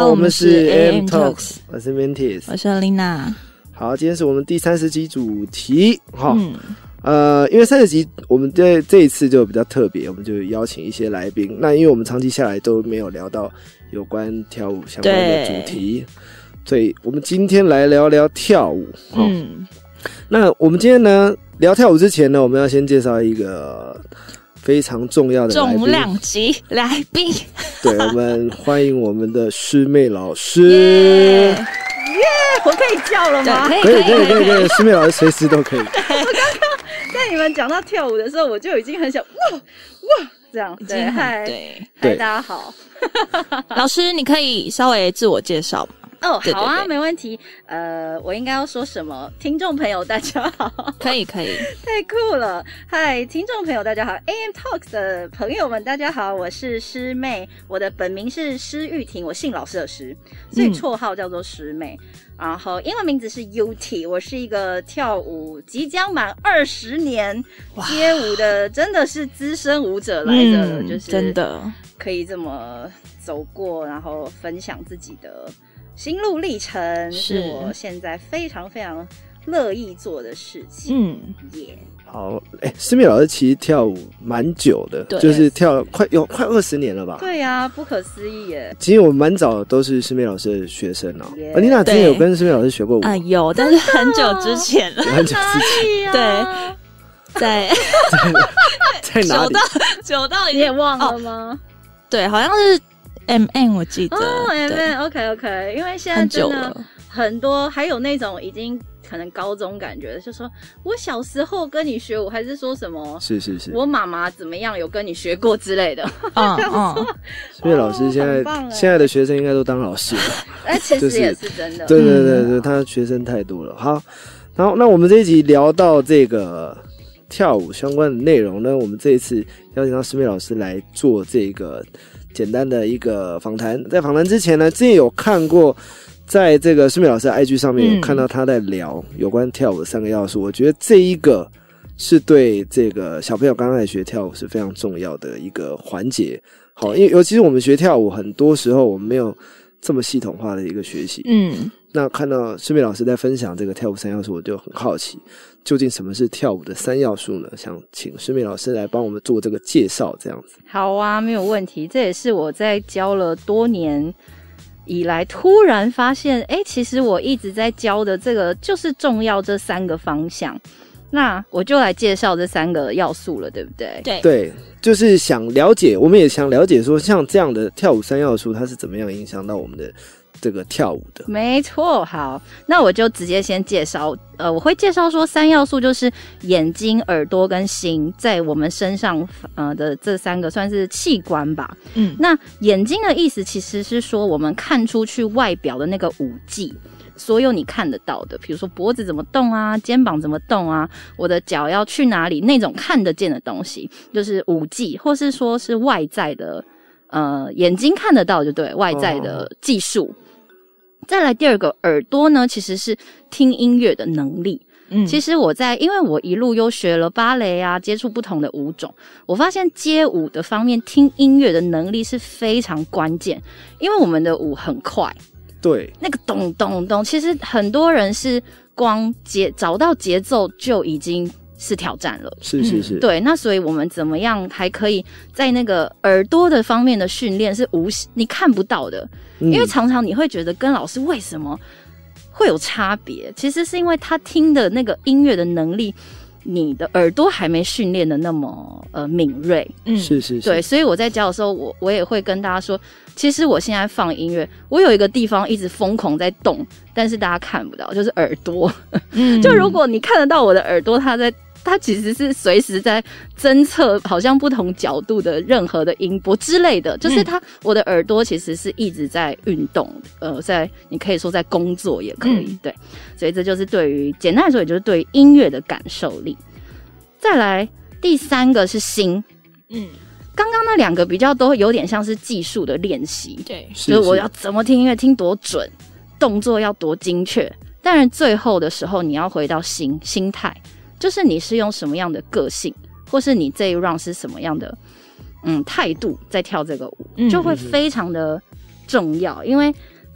我们是 AM Talks， 我是 Mantis， 我是 Lina。 好，今天是我们第30集主题因为30集我们这一次就比较特别，我们就邀请一些来宾。那因为我们长期下来都没有聊到有关跳舞相关的主题，所以我们今天来聊聊跳舞。那我们今天呢聊跳舞之前呢，我们要先介绍一个非常重要的来宾， 重量级来宾。 对，我们欢迎我们的师妹老师。 我可以叫了吗？ 可以，师妹老师随时都可以。 我刚刚在你们讲到跳舞的时候，我就已经很想哇这样。对，嗨，大家好。 老师，你可以稍微自我介绍吗？ 好啊，没问题。我应该要说什么？听众朋友，大家好。 可以， 太酷了！嗨，听众朋友，大家好 ！AM Talks 的朋友们，大家好，我是师妹，我的本名是施玉婷，我姓老师的施，所以绰号叫做师妹。然后英文名字是 UT， 我是一个跳舞即将满20年街舞的，真的是资深舞者来的，就是真的可以这么走过，然后分享自己的心路历程，是我现在非常非常乐意做的事情。 好，师妹老师其实跳舞蛮久的，就是跳了快20年了吧？ 对呀，不可思议耶！ 其实我们蛮早都是师妹老师的学生哦。丽娜之前有跟师妹老师学过舞有，但是很久之前了， 很久之前。 对，在哪里？ 久到你也忘了吗？ 对，好像是。MM 我记得 MM OK， 因为现在真的很多，还有那种已经可能高中感觉的，就说我小时候跟你学舞，还是说什么是我妈妈怎么样有跟你学过之类的。 所以老师现在的学生应该都当老师了。 其实也是真的。 对，他学生太多了。好，然后那我们这一集聊到这个跳舞相关的内容呢，我们这一次邀请到师妹老师来做这个简单的一个访谈。在访谈之前呢，之前有看过在这个师妹老师的 IG 上面有看到他在聊有关跳舞的3个要素，我觉得这一个是对这个小朋友刚开始学跳舞是非常重要的一个环节。好，因为尤其是我们学跳舞，很多时候我们没有这么系统化的一个学习。那看到师妹老师在分享这个跳舞3要素，我就很好奇，究竟什么是跳舞的3要素呢？想请师妹老师来帮我们做这个介绍，这样子。 好啊，没有问题。这也是我在教了多年以来，突然发现，其实我一直在教的这个就是重要这3个方向。那我就来介绍这3个要素了，对不对？ 对，就是想了解，我们也想了解说，像这样的跳舞3要素，它是怎么样影响到我们的这个跳舞的。 没错。好，那我就直接先介绍，我会介绍说3要素就是眼睛、耳朵跟心，在我们身上的这3个算是器官吧。那眼睛的意思其实是说我们看出去外表的那个五技，所有你看得到的，比如说脖子怎么动啊，肩膀怎么动啊，我的脚要去哪里，那种看得见的东西就是五技，或是说是外在的眼睛看得到就对，外在的技术。再来第2个耳朵呢，其实是听音乐的能力。其实因为我一路又学了芭蕾啊，接触不同的舞种，我发现街舞的方面听音乐的能力是非常关键，因为我们的舞很快。 对， 那个咚咚咚，其实很多人是光找到节奏就已经是挑战了。 是。 对，那所以我们怎么样还可以在那个耳朵的方面的训练是你看不到的，因为常常你会觉得跟老师为什么会有差别，其实是因为他听的那个音乐的能力，你的耳朵还没训练的那么敏锐。 是。 对，所以我在教的时候，我也会跟大家说，其实我现在放音乐，我有一个地方一直疯狂在动，但是大家看不到，就是耳朵。就如果你看得到我的耳朵，它其实是随时在侦测好像不同角度的任何的音波之类的，就是我的耳朵其实是一直在运动，你可以说在工作也可以。对，所以这就是简单来说，也就是对于音乐的感受力。再来第3个是心。刚刚那2个比较都有点像是技术的练习， 对， 就是我要怎么听音乐，听多准，动作要多精确。当然最后的时候你要回到心态，就是你是用什么样的个性，或是你这一 round 是什么样的态度在跳这个舞，就会非常的重要。因为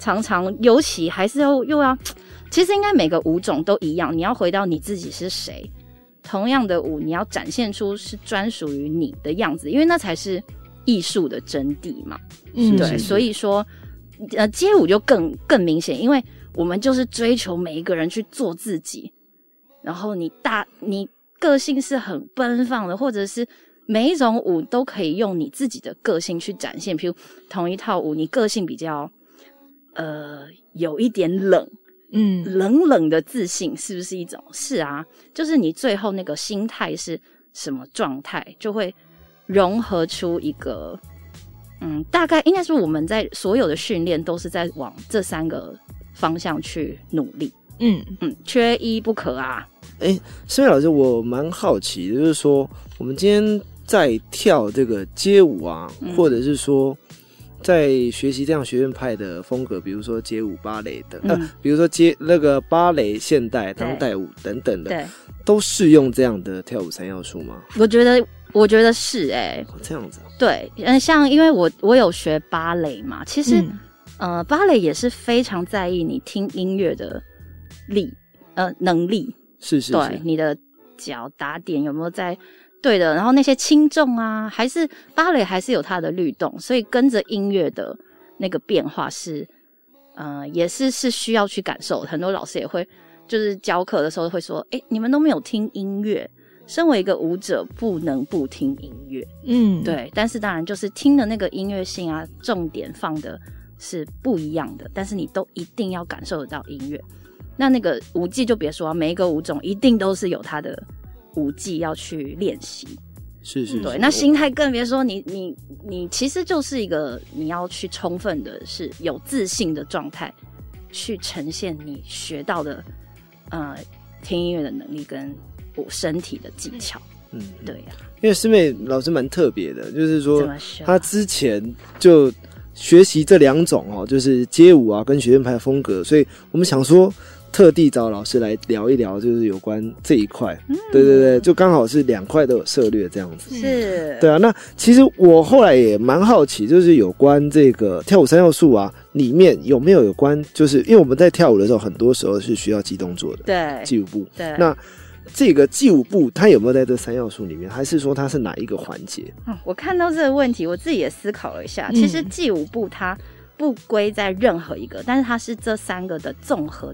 常常尤其还是又要，其实应该每个舞种都一样，你要回到你自己是谁，同样的舞你要展现出是专属于你的样子，因为那才是艺术的真谛嘛。对，所以说街舞就更明显，因为我们就是追求每一个人去做自己，然后你个性是很奔放的，或者是每一种舞都可以用你自己的个性去展现。譬如同一套舞，你个性比较有一点冷，冷的自信是不是一种？是啊，就是你最后那个心态是什么状态，就会融合出一个大概应该是我们在所有的训练都是在往这3个方向去努力。缺一不可啊。 诗妹老师，我蛮好奇的，就是说我们今天在跳这个街舞啊，或者是说在学习这样学院派的风格，比如说街舞、芭蕾的，比如说那个芭蕾、现代、当代舞等等的，对，都适用这样的跳舞3要素吗？ 我觉得是这样子。 对，像因为我有学芭蕾嘛，其实芭蕾也是非常在意你听音乐的能力，是对你的脚打点有没有在对的，然后那些轻重啊，还是芭蕾还是有它的律动，所以跟着音乐的那个变化是也是需要去感受的。很多老师也会就是教课的时候会说你们都没有听音乐，身为一个舞者不能不听音乐。对，但是当然就是听的那个音乐性啊，重点放的是不一样的，但是你都一定要感受得到音乐。那个舞技就别说每一个舞种一定都是有它的舞技要去练习。 是对，那心态更别说，你其实就是一个你要去充分的是有自信的状态去呈现你学到的听音乐的能力跟我身体的技巧。对呀， 因为诗妹老师蛮特别的，就是说她之前就学习这2种就是街舞啊跟学院派风格，所以我们想说特地找老师来聊一聊，就是有关这一块。对，就刚好是2块都有涉略这样子。 是， 对啊。那其实我后来也蛮好奇，就是有关这个跳舞3要素啊，里面有没有关，就是因为我们在跳舞的时候，很多时候是需要记动作的， 对， 记舞步。 对， 那这个记舞步它有没有在这3要素里面，还是说它是哪一个环节？ 我看到这个问题，我自己也思考了一下。其实记舞步它不归在任何一个，但是它是这3个的综合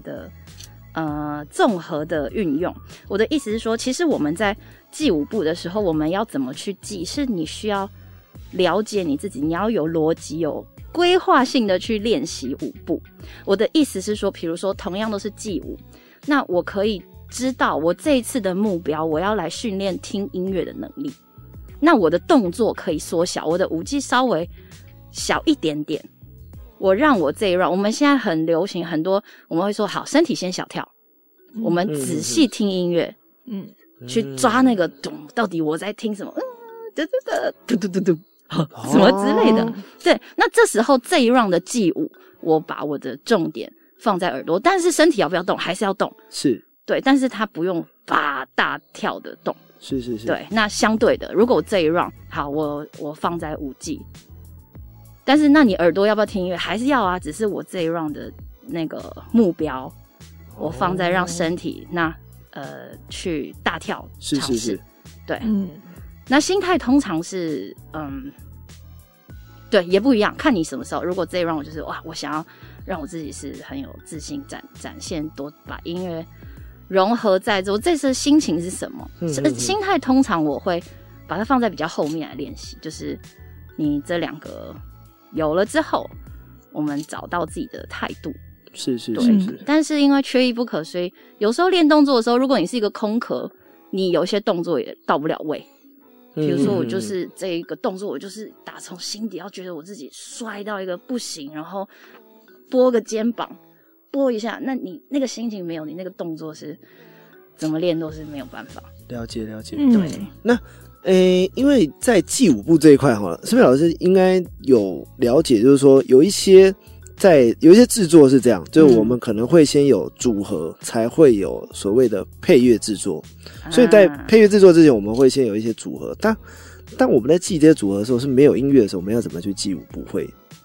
的运用。我的意思是说，其实我们在记舞步的时候，我们要怎么去记，是你需要了解你自己，你要有逻辑、有规划性的去练习舞步。我的意思是说，比如说同样都是记舞，那我可以知道我这一次的目标，我要来训练听音乐的能力，那我的动作可以缩小，我的舞技稍微小一点点，我让我这一 round， 我们现在很流行很多，我们会说好，身体先小跳，我们仔细听音乐，去抓那个咚，到底我在听什么，嘟嘟嘟嘟，什么之类的。对，那这时候这一 round 的记舞，我把我的重点放在耳朵，但是身体要不要动，还是要动， 是对，但是它不用大跳的动， 是， 对。那相对的，如果我这一 round 好，我放在舞技。但是那你耳朵要不要听音乐？还是要啊，只是我这一 round 的那个目标我放在让身体去大跳尝试。对，那心态通常是对，也不一样，看你什么时候。如果这一 round 我就是哇，我想要让我自己是很有自信，展现多把音乐融合在我这次心情是什么？心态通常我会把它放在比较后面来练习，就是你这2个有了之后，我们找到自己的态度。 是。 但是因为缺一不可，所以有时候练动作的时候，如果你是一个空壳，你有些动作也到不了位。比如说我就是这一个动作，我就是打从心底要觉得我自己摔到一个不行，然后拨个肩膀，拨一下，那你那个心情没有，你那个动作是怎么练都是没有办法。 了解。 对， 那因为在记舞步这一块好了，诗妹老师应该有了解，就是说有一些制作是这样，就是我们可能会先有组合，才会有所谓的配乐制作。所以在配乐制作之前，我们会先有一些组合。但我们在记这些组合的时候是没有音乐的时候，我们要怎么去记舞步会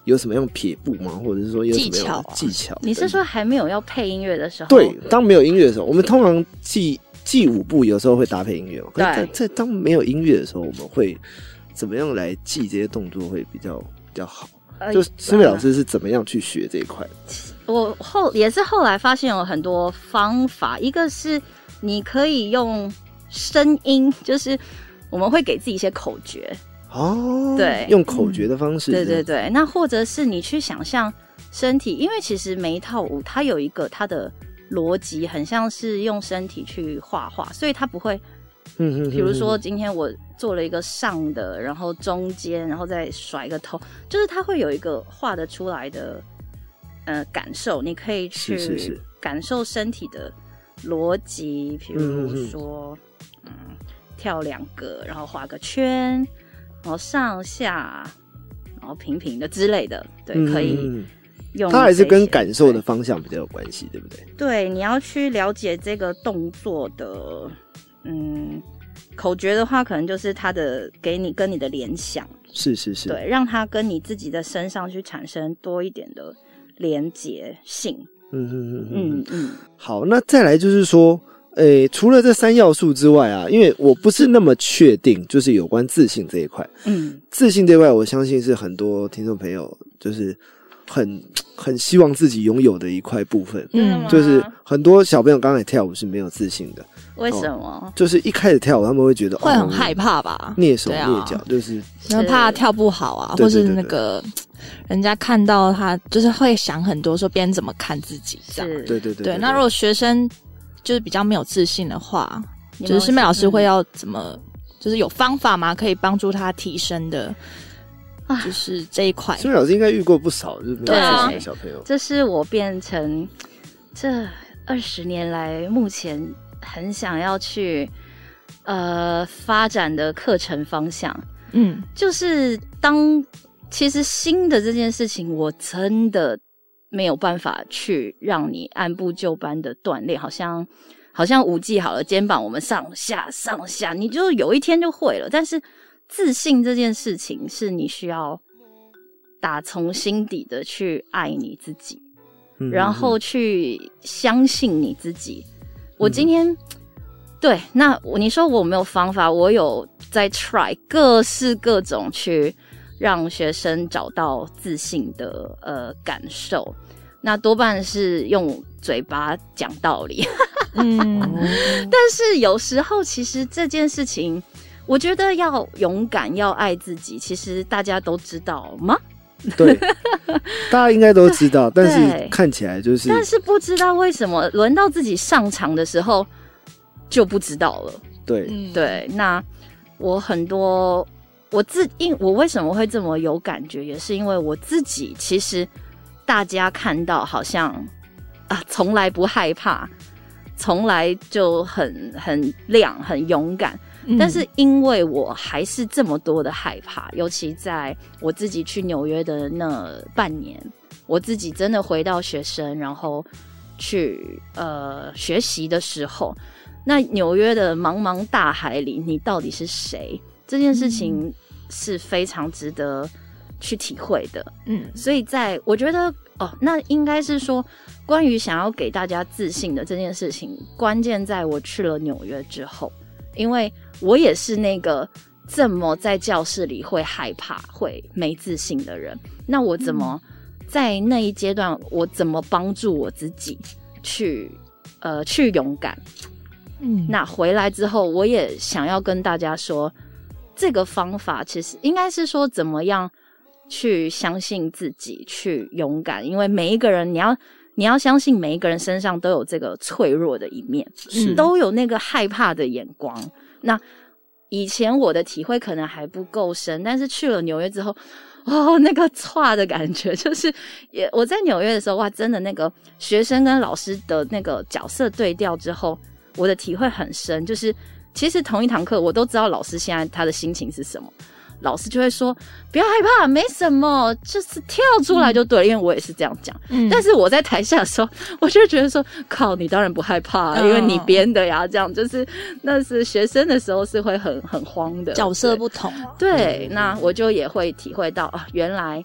有什么样撇步吗？或者是说有什么样的技巧？ 你是说还没有要配音乐的时候？ 对，当没有音乐的时候，我们通常记舞步有时候会搭配音乐嘛。 对， 在当没有音乐的时候，我们会怎么样来记这些动作会比较好？就思美老师是怎么样去学这一块？ 我也是后来发现有很多方法，一个是你可以用声音，就是我们会给自己一些口诀哦， 对， 用口诀的方式， 对对对。那或者是你去想象身体，因为其实每一套舞它有一个它的逻辑，很像是用身体去画画，所以它不会，比如说今天我做了一个上的，然后中间，然后再甩一个头，就是它会有一个画得出来的感受，你可以去感受身体的逻辑，比如说跳2个，然后画个圈，然后上下，然后平平的之类的，对，可以用。 它还是跟感受的方向比较有关系，对不对？ 对，你要去了解这个动作的，口诀的话，可能就是它的给你跟你的联想，是，对，让它跟你自己的身上去产生多一点的连结性。好， 那再来就是说，除了这3要素之外啊，因为我不是那么确定，就是有关自信这一块。自信这一块，我相信是很多听众朋友就是很希望自己拥有的一块部分。就是很多小朋友刚才跳舞是没有自信的。 为什么？ 就是一开始跳舞，他们会觉得会很害怕吧， 蹑手蹑脚，就是怕跳不好啊，或是那个人家看到他，就是会想很多，说别人怎么看自己这样。对。那如果学生就是比较没有自信的话，就是思美老师会要怎么，就是有方法吗？可以帮助他提升的，就是这一块。 思美老师应该遇过不少就是没有自信的小朋友。 这是我变成这20年来目前很想要去发展的课程方向。就是其实新的这件事情，我真的没有办法去让你按部就班的锻炼，好像舞技好了，肩膀我们上下，你就有一天就会了。但是自信这件事情是你需要打从心底的去爱你自己，然后去相信你自己。我今天对，那你说我没有方法，我有在 try 各种去让学生找到自信的感受，那多半是用嘴巴讲道理。但是有时候其实这件事情，我觉得要勇敢，要爱自己，其实大家都知道吗？ 对，大家应该都知道，但是看起来就是， 但是不知道为什么轮到自己上场的时候就不知道了。对，那我很多我为什么会这么有感觉，也是因为我自己其实大家看到好像从来不害怕，从来就很亮很勇敢。但是因为我还是这么多的害怕，尤其在我自己去纽约的那半年，我自己真的回到学生，然后去学习的时候，那纽约的茫茫大海里，你到底是谁？这件事情是非常值得去体会的。所以我觉得那应该是说，关于想要给大家自信的这件事情，关键在我去了纽约之后。因为我也是那个这么在教室里会害怕、会没自信的人，那我怎么在那一阶段，我怎么帮助我自己去勇敢？那回来之后，我也想要跟大家说，这个方法其实应该是说，怎么样去相信自己，去勇敢，因为每一个人你要相信每一个人身上都有这个脆弱的一面，都有那个害怕的眼光。那以前我的体会可能还不够深，但是去了纽约之后，那个唰的感觉，就是我在纽约的时候，哇，真的那个学生跟老师的那个角色对调之后，我的体会很深，就是其实同一堂课我都知道老师现在他的心情是什么。老师就会说不要害怕，没什么，就是跳出来就对了，因为我也是这样讲。但是我在台下的时候，我就觉得说靠，你当然不害怕，因为你编的呀，这样就是那是学生的时候是会很慌的， 角色不同。 对，那我就也会体会到原来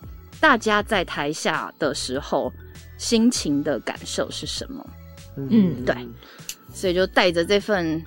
大家在台下的时候心情的感受是什么。对，所以就带着这份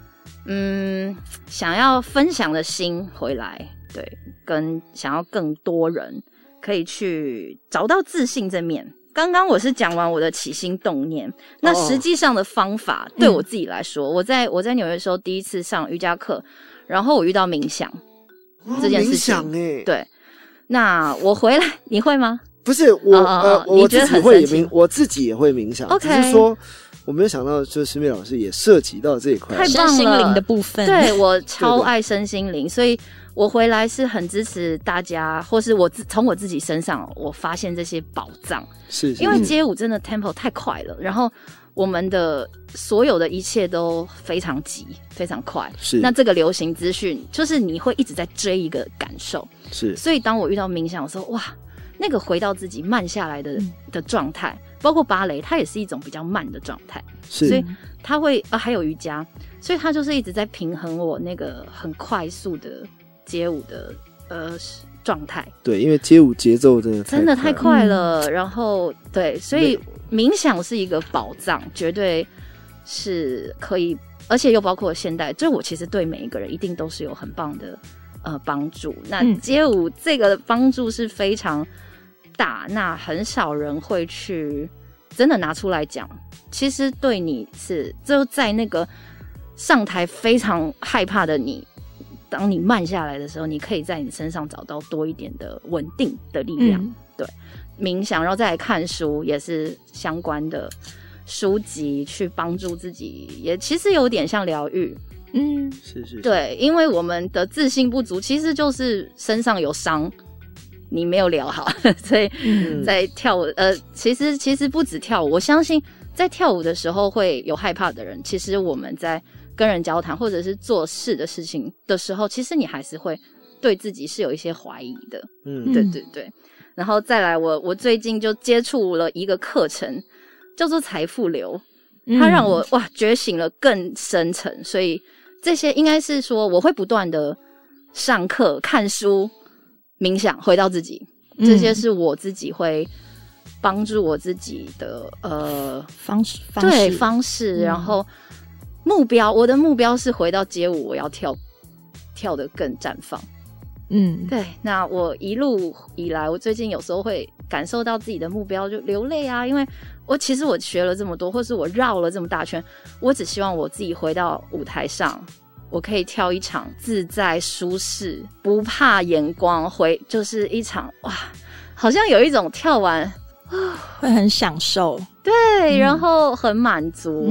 想要分享的心回来，对，跟想要更多人可以去找到自信这面。刚刚我是讲完我的起心动念，那实际上的方法对我自己来说，我在纽约的时候第一次上瑜伽课，然后我遇到冥想这件事情。冥想对，那我回来你会吗？ 不是我自己会我自己也会冥想，只是说我没有想到，就是诗美老师也涉及到这一块太棒了， 身心灵的部分。 对，我超爱身心灵，所以我回来是很支持大家，或是从我自己身上，我发现这些宝藏。 是因为街舞真的 tempo 太快了，然后我们的所有的一切都非常急，非常快。 是， 那这个流行资讯，就是你会一直在追一个感受。 是， 所以当我遇到冥想的时候，哇，那个回到自己慢下来的状态。包括芭蕾，它也是一种比较慢的状态， 是， 所以它会还有瑜伽，所以它就是一直在平衡我那个很快速的街舞的状态。 对，因为街舞节奏真的太快了，然后对，所以冥想是一个宝藏，绝对是可以，而且又包括现代，就我其实对每一个人一定都是有很棒的帮助。那街舞这个帮助是非常大，那很少人会去真的拿出来讲。其实对你是就在那个上台非常害怕的你，当你慢下来的时候，你可以在你身上找到多一点的稳定的力量。对，冥想，然后再来看书，也是相关的书籍去帮助自己，也其实有点像疗愈。 是， 对，因为我们的自信不足，其实就是身上有伤。你没有疗好，所以在跳舞其实不止跳舞，我相信在跳舞的时候会有害怕的人，其实我们在跟人交谈或者是做事的事情的时候，其实你还是会对自己是有一些怀疑的。对。然后再来我最近就接触了一个课程叫做财富流，它让我觉醒了更深层，所以这些应该是说我会不断的上课看书冥想回到自己，这些是我自己会帮助我自己的方式，然后目标，我的目标是回到街舞，我要跳得更绽放。对，那我一路以来，我最近有时候会感受到自己的目标就流泪啊，因为其实我学了这么多，或是我绕了这么大圈，我只希望我自己回到舞台上，我可以跳一场自在舒适不怕眼光，就是一场好像有一种跳完会很享受， 对，然后很满足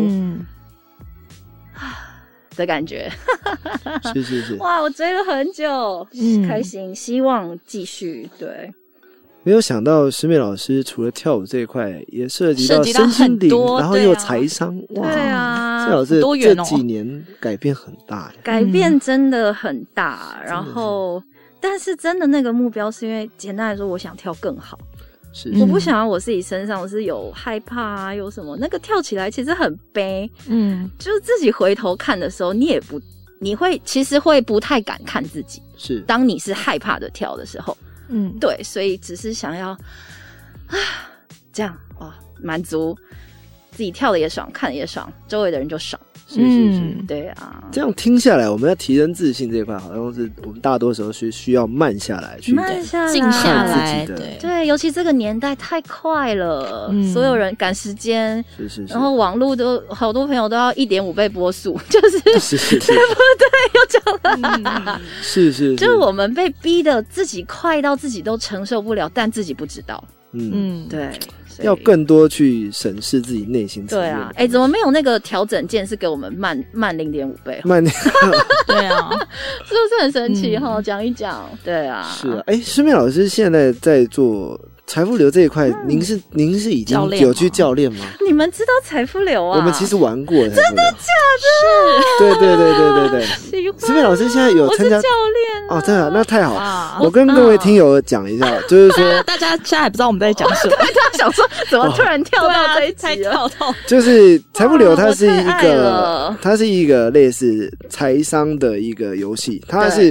的感觉。 是哇，我追了很久，开心，希望继续。对， 没有想到诗美老师除了跳舞这一块，也涉及到身心灵，然后又财商。 对啊， 诗美老师这几年改变很大， 改变真的很大。然后，但是真的那个目标是因为简单来说，我想跳更好。我不想要我自己身上是有害怕啊，有什么那个跳起来其实很悲。就是自己回头看的时候，你会其实会不太敢看自己。 是， 当你是害怕的跳的时候。对，所以只是想要这样满足自己，跳的也爽，看的也爽，周围的人就爽。 是， 对啊。 这样听下来，我们要提升自信这一块，好像是我们大多时候是需要慢下来，去静下来。 对，尤其这个年代太快了，所有人赶时间， 是， 然后网络都好多朋友都要1.5倍波速，就是对不对？又讲了， 是， 就是我们被逼的自己快到自己都承受不了，但自己不知道。对。 要更多去审视自己内心层面。 对啊，怎么没有那个调整键是给我们慢 0.5 倍？ 对啊， 是不是很神奇哈？讲一讲，对啊， 是啊。诗美老师现在在做财富流这一块，您是已经有去教练吗？ 你们知道财富流啊？ 我们其实玩过，真的假的？ 对。诗美老师现在有参加教练真的，那太好。我跟各位听友讲一下，就是说大家现在还不知道我们在讲什么， 大家想说怎么突然跳到这一集了？ 就是财富流，它是一个类似财商的一个游戏，它是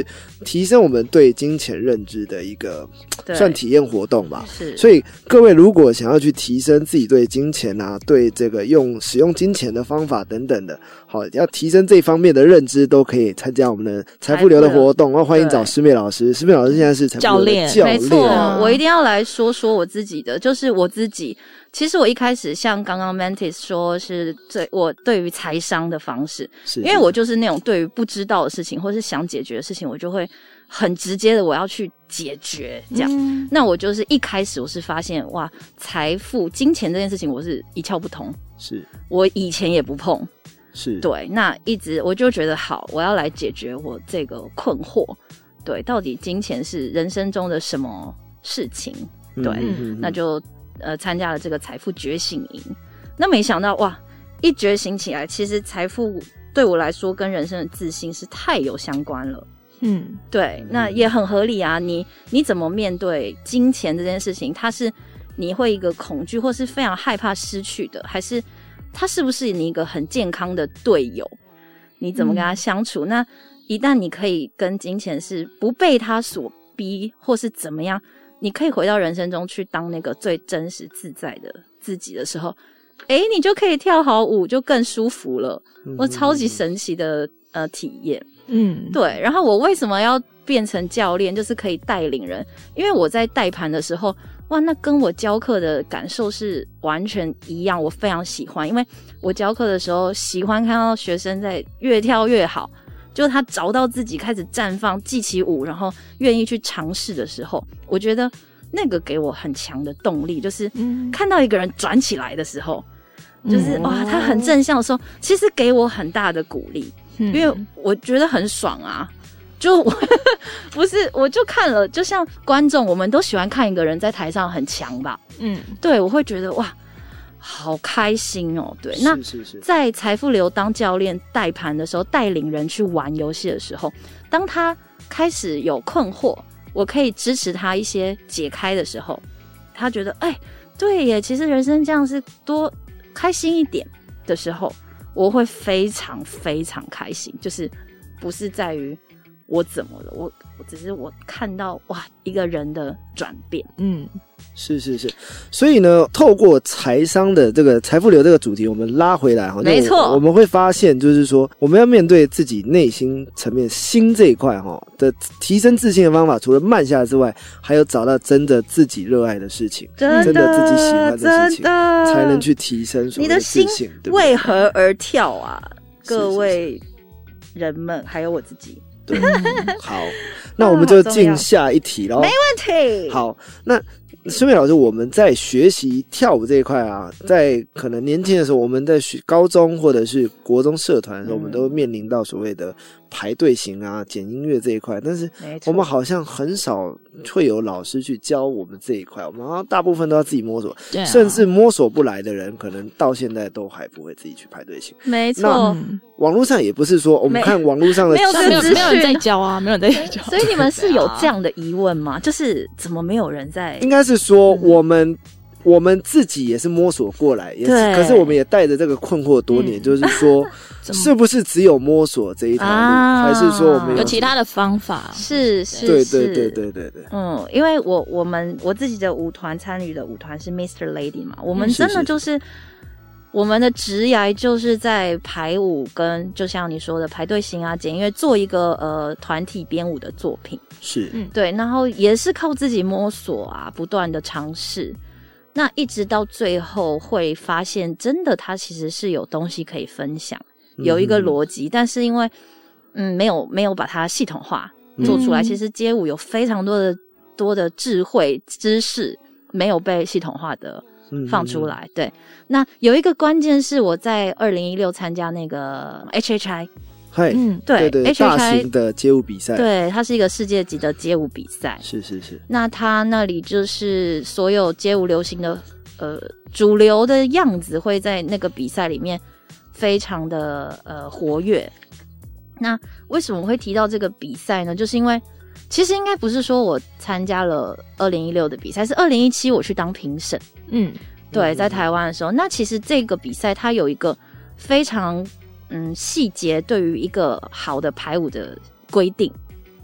提升我们对金钱认知的一个算体验活动吧。 是， 所以各位如果想要去提升自己对金钱啊，对这个使用金钱的方法等等的，好，要提升这方面的认知，都可以参加我们的财富流的活动。然后欢迎找师妹老师，师妹老师现在是财富流的教练。 没错，我一定要来说我自己的，就是我自己。其实我一开始像刚刚 Mantis 说是我对于财商的方式，因为我就是那种对于不知道的事情或是想解决的事情，我就会很直接的我要去解决这样。那我就是一开始我是发现哇，财富金钱这件事情我是一窍不通，是我以前也不碰，是对，那一直我就觉得好，我要来解决我这个困惑，对，到底金钱是人生中的什么事情？对，那就参加了这个财富觉醒营。那没想到哇，一觉醒起来，其实财富对我来说跟人生的自信是太有相关了。对，那也很合理啊。你怎么面对金钱这件事情？它是你会一个恐惧或是非常害怕失去的，还是它是不是你一个很健康的队友？你怎么跟他相处？那一旦你可以跟金钱是不被他所逼，或是怎么样，你可以回到人生中去当那个最真实自在的自己的时候，你就可以跳好舞，就更舒服了。我超级神奇的体验。对。然后我为什么要变成教练，就是可以带领人？因为我在带盘的时候，哇，那跟我教课的感受是完全一样，我非常喜欢。因为我教课的时候，喜欢看到学生在越跳越好。就他找到自己开始绽放，记起舞，然后愿意去尝试的时候，我觉得那个给我很强的动力，就是看到一个人转起来的时候，就是哇，他很正向的时候，其实给我很大的鼓励，因为我觉得很爽啊。就不是，我就看了，就像观众，我们都喜欢看一个人在台上很强吧，对，我会觉得哇。好开心哦！对，那在财富流当教练带盘的时候，带领人去玩游戏的时候，当他开始有困惑，我可以支持他一些解开的时候，他觉得对耶，其实人生这样是多开心一点的时候，我会非常非常开心。就是不是在于我怎么了，我只是我看到哇一个人的转变。 是，所以呢，透过财商的这个财富流这个主题，我们拉回来哈， 没错， 我们会发现，就是说，我们要面对自己内心层面心这一块哈的提升自信的方法，除了慢下来之外，还有找到真的自己热爱的事情，真的自己喜欢的事情，才能去提升所谓的自信。对不对？ 为何而跳啊？各位人们，还有我自己。 对，好，那我们就进下一题咯。 没问题。 好，那师妹老师，我们在学习跳舞这一块啊，在可能年轻的时候，我们在高中或者是国中社团的时候，我们都会面临到所谓的排队型啊、剪音乐这一块，但是我们好像很少会有老师去教我们这一块，我们好像大部分都要自己摸索，甚至摸索不来的人，可能到现在都还不会自己去排队型。 没错， 网络上也不是说我们看网络上的没有人在教啊，没有人在教。 所以你们是有这样的疑问吗？就是怎么没有人在？ 应该是说我们自己也是摸索过来，也是，可是我们也带着这个困惑多年，就是说，是不是只有摸索这一条路，还是说我们有其他的方法？ 是， 对。 因为我自己的舞团参与的舞团是 Mr. Lady 嘛，我们真的就是我们的职涯就是在排舞跟就像你说的排队型啊、剪音乐做一个团体编舞的作品， 是对，然后也是靠自己摸索啊，不断的尝试。那一直到最后会发现，真的它其实是有东西可以分享，有一个逻辑，但是因为没有把它系统化做出来。其实街舞有非常多的智慧知识没有被系统化的放出来。对，那有一个关键是我在2016参加那个 HHI。 对 HHI 大型的街舞比赛， 对，它是一个世界级的街舞比赛， 是。 那它那里就是所有街舞流行的主流的样子会在那个比赛里面非常的活跃。那为什么我会提到这个比赛呢？就是因为其实应该不是说我参加了2016的比赛，是2017我去当评审。对，在台湾的时候，那其实这个比赛它有一个非常细节对于一个好的排舞的规定，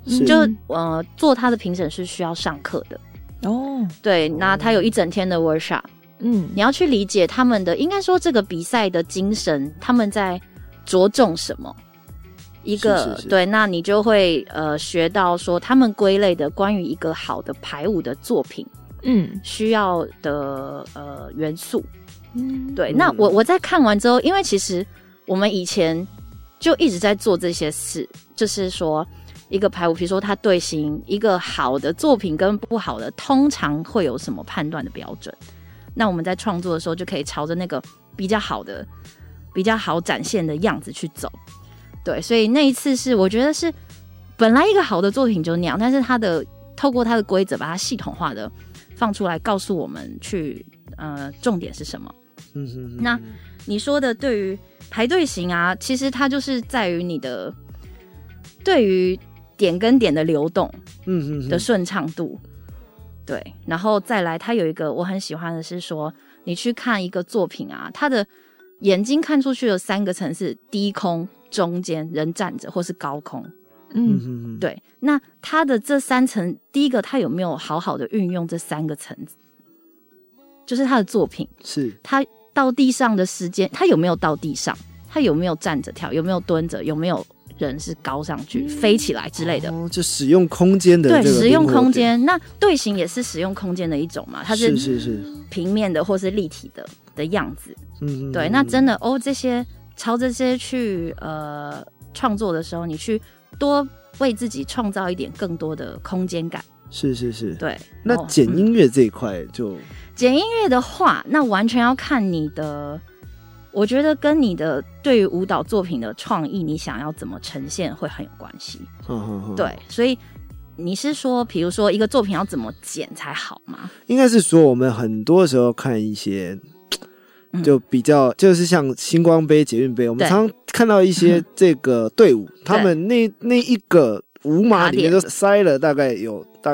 就做他的评审是需要上课的哦。对，那他有一整天的 workshop， 你要去理解他们的，应该说这个比赛的精神，他们在着重什么。一个是对，那你就会学到说他们归类的关于一个好的排舞的作品，需要的元素，对。那我在看完之后，因为其实我们以前就一直在做这些事，就是说一个排舞，比如说它队形，一个好的作品跟不好的，通常会有什么判断的标准？那我们在创作的时候就可以朝着那个比较好的、比较好展现的样子去走。对，所以那一次是我觉得是本来一个好的作品就那样，但是透过它的规则把它系统化的放出来，告诉我们去重点是什么。那你说的对于排队型啊，其实它就是在于你的对于点跟点的流动的顺畅度。对，然后再来它有一个我很喜欢的是说，你去看一个作品啊，它的眼睛看出去有3个层次：低空、中间人站着或是高空。对，那它的这3层，第一个它有没有好好的运用这3个层次，就是他的作品是他到地上的时间，他有没有到地上，他有没有站着跳，有没有蹲着，有没有人是高上去飞起来之类的。 就使用空间的对，使用空间。那队形也是使用空间的一种嘛，它是平面的或是立体的样子。对，那真的这些朝这些去创作的时候，你去多为自己创造一点更多的空间感。 是， 对。 那剪音乐这一块就剪音乐的话，那完全要看你的，我觉得跟你的对于舞蹈作品的创意，你想要怎么呈现会很有关系。对，所以你是说，比如说一个作品要怎么剪才好吗？ 应该是说，我们很多时候看一些。就比较就是像星光杯、捷运杯，我们常常看到一些这个队伍，他们那一个舞码里面就塞了大概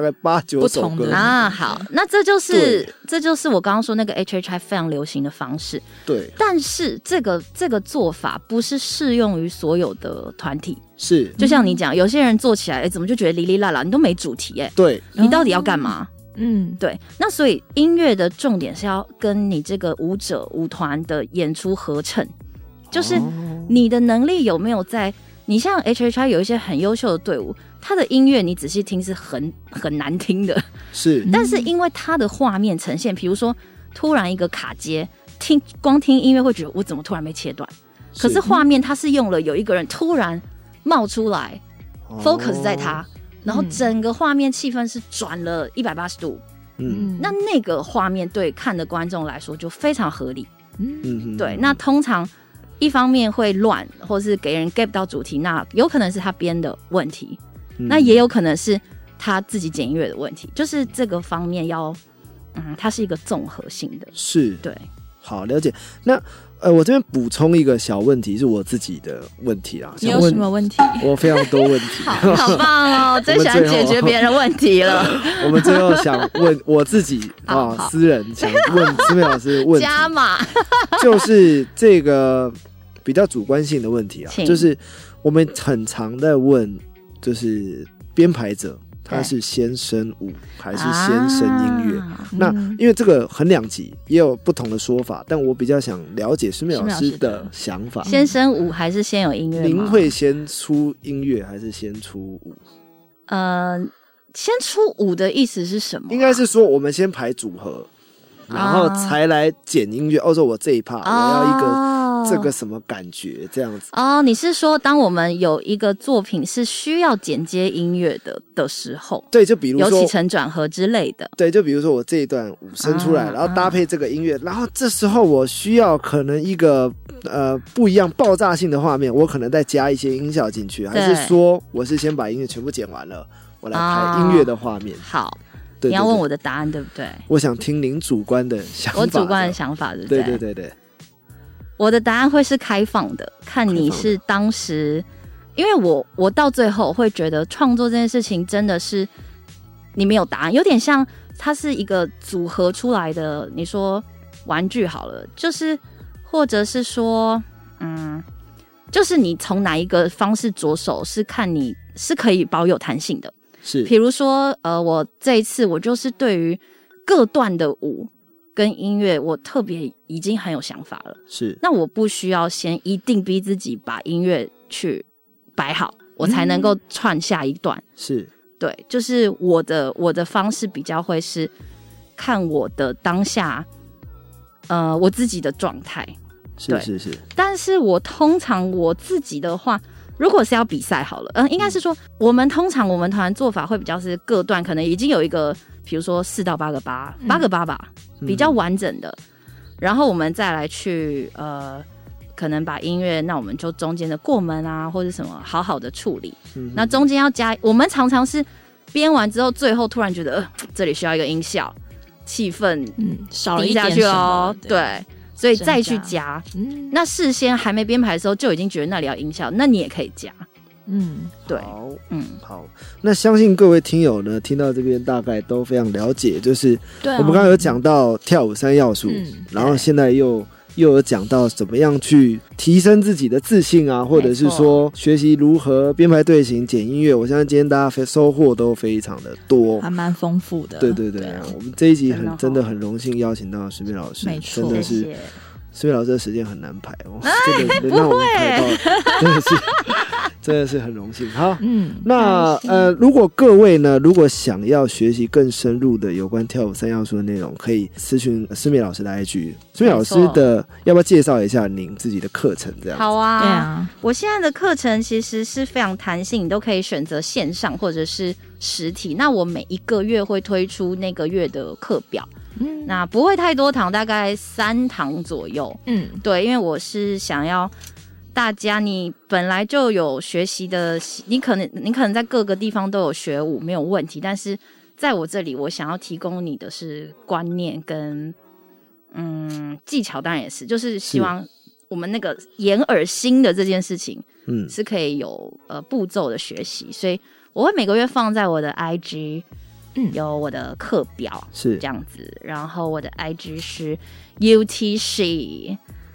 8-9首歌啊。好，那这就是我刚刚说那个 HHI 非常流行的方式。 对， 但是这个做法不是适用于所有的团体。 是， 就像你讲，有些人做起来，怎么就觉得哩哩啦啦，你都没主题对， 你到底要干嘛？对，那所以音乐的重点是要跟你这个舞者舞团的演出合衬，就是你的能力有没有在。你像 HHI 有一些很优秀的队伍，他的音乐你仔细听是很难听的， 是， 但是因为他的画面呈现，比如说突然一个卡接，光听音乐会觉得我怎么突然被切断，可是画面他是用了有一个人突然冒出来，focus 在他。然后整个画面气氛是转了180度，那个画面对看的观众来说就非常合理，对。那通常一方面会乱，或是给人 get 到主题，那有可能是他编的问题，那也有可能是他自己剪音乐的问题，就是这个方面要，它是一个综合性的， 是， 对。 好，了解。那我这边补充一个小问题，是我自己的问题啊。 你有什么问题？ 我非常多问题。 好棒哦！最喜欢解决别人问题了。 我们最后想问我自己私人想问思美老师问题， 加码， 就是这个比较主观性的问题啊，就是我们很常在问，就是编排者。他是先生舞还是先生音乐？那因为这个很两极，也有不同的说法，但我比较想了解思美老师的想法。 先生舞还是先有音乐吗？ 您会先出音乐还是先出舞？ 先出舞的意思是什么？ 应该是说我们先排组合，然后才来剪音乐。说我这一 part 我要一个。这个什么感觉这样子你是说当我们有一个作品是需要剪接音乐的时候， 对，就比如说有起承转合之类的， 对，就比如说我这一段舞声出来，然后搭配这个音乐，然后这时候我需要可能一个不一样爆炸性的画面，我可能再加一些音效进去，还是说我是先把音乐全部剪完了，我来拍音乐的画面？ 好。你要问我的答案对不对？ 我想听您主观的想法。 我主观的想法对不对？ 对。 我的答案会是开放的，看你是当时，因为我到最后会觉得创作这件事情真的是你没有答案，有点像它是一个组合出来的。你说玩具好了，就是或者是说，就是你从哪一个方式着手，是看你是可以保有弹性的。 是， 比如说我这一次我就是对于各段的舞跟音乐我特别已经很有想法了， 是， 那我不需要先一定逼自己把音乐去摆好我才能够串下一段， 是， 对，就是我的方式比较会是看我的当下我自己的状态， 是是是。 但是我通常我自己的话，如果是要比赛好了，应该是说我们通常我们团做法会比较是各段可能已经有一个，比如说4到8个8个8吧，比较完整的，然后我们再来去可能把音乐，那我们就中间的过门啊或者什么好好的处理，那中间要加，我们常常是编完之后最后突然觉得这里需要一个音效，气氛少了一点下去咯，对，所以再去加，那事先还没编排的时候就已经觉得那里要音效，那你也可以加，对， 好，好，那相信各位听友呢，听到这边大概都非常了解，就是我们刚刚有讲到跳舞3要素，然后现在又有讲到怎么样去提升自己的自信啊，或者是说学习如何编排队形、剪音乐。我相信今天大家收获都非常的多， 还蛮丰富的。 对对对，我们这一集真的很荣幸邀请到诗美老师，真的是诗美老师的时间很难排哦，真的能让我们排到，真的是很荣幸。好，那如果各位呢，如果想要学习更深入的有关跳舞3要素的内容，可以私讯诗美老师的 IG。诗美老师的要不要介绍一下您自己的课程？这样子。 好啊， 对啊， 我现在的课程其实是非常弹性，你都可以选择线上或者是实体。那我每一个月会推出那个月的课表。那不会太多堂，大概3堂左右。对，因为我是想要大家，你本来就有学习的，你可能在各个地方都有学舞没有问题，但是在我这里，我想要提供你的是观念跟技巧，当然也是，就是希望我们那个眼耳心的这件事情，是可以有步骤的学习，所以我会每个月放在我的 IG。有我的课表是这样子，然后我的 IG 是 UTShih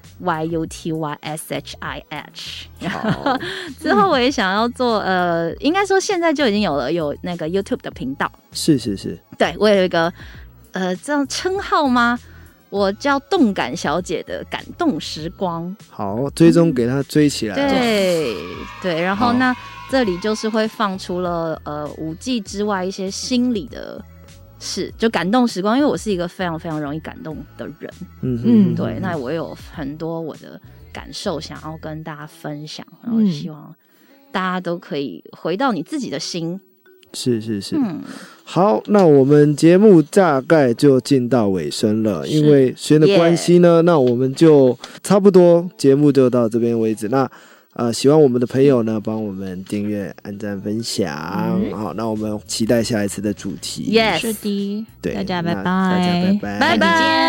YUTYSHIH， 然后之后我也想要做应该说现在就已经有那个 YouTube 的频道，是，对，我有一个这样称号吗？我叫动感小姐的感动时光， 好，追踪给他追起来， 对，然后那这里就是会放除了舞技之外一些心理的事，就感动时光，因为我是一个非常非常容易感动的人，对，那我有很多我的感受想要跟大家分享，然后希望大家都可以回到你自己的心。 是，好，那我们节目大概就进到尾声了，因为时间的关系呢，那我们就差不多节目就到这边为止。那喜欢我们的朋友呢，帮我们订阅、按赞、分享。好，那我们期待下一次的主题。 Yes， 是的， 对， 大家拜拜， 大家拜拜， 拜拜。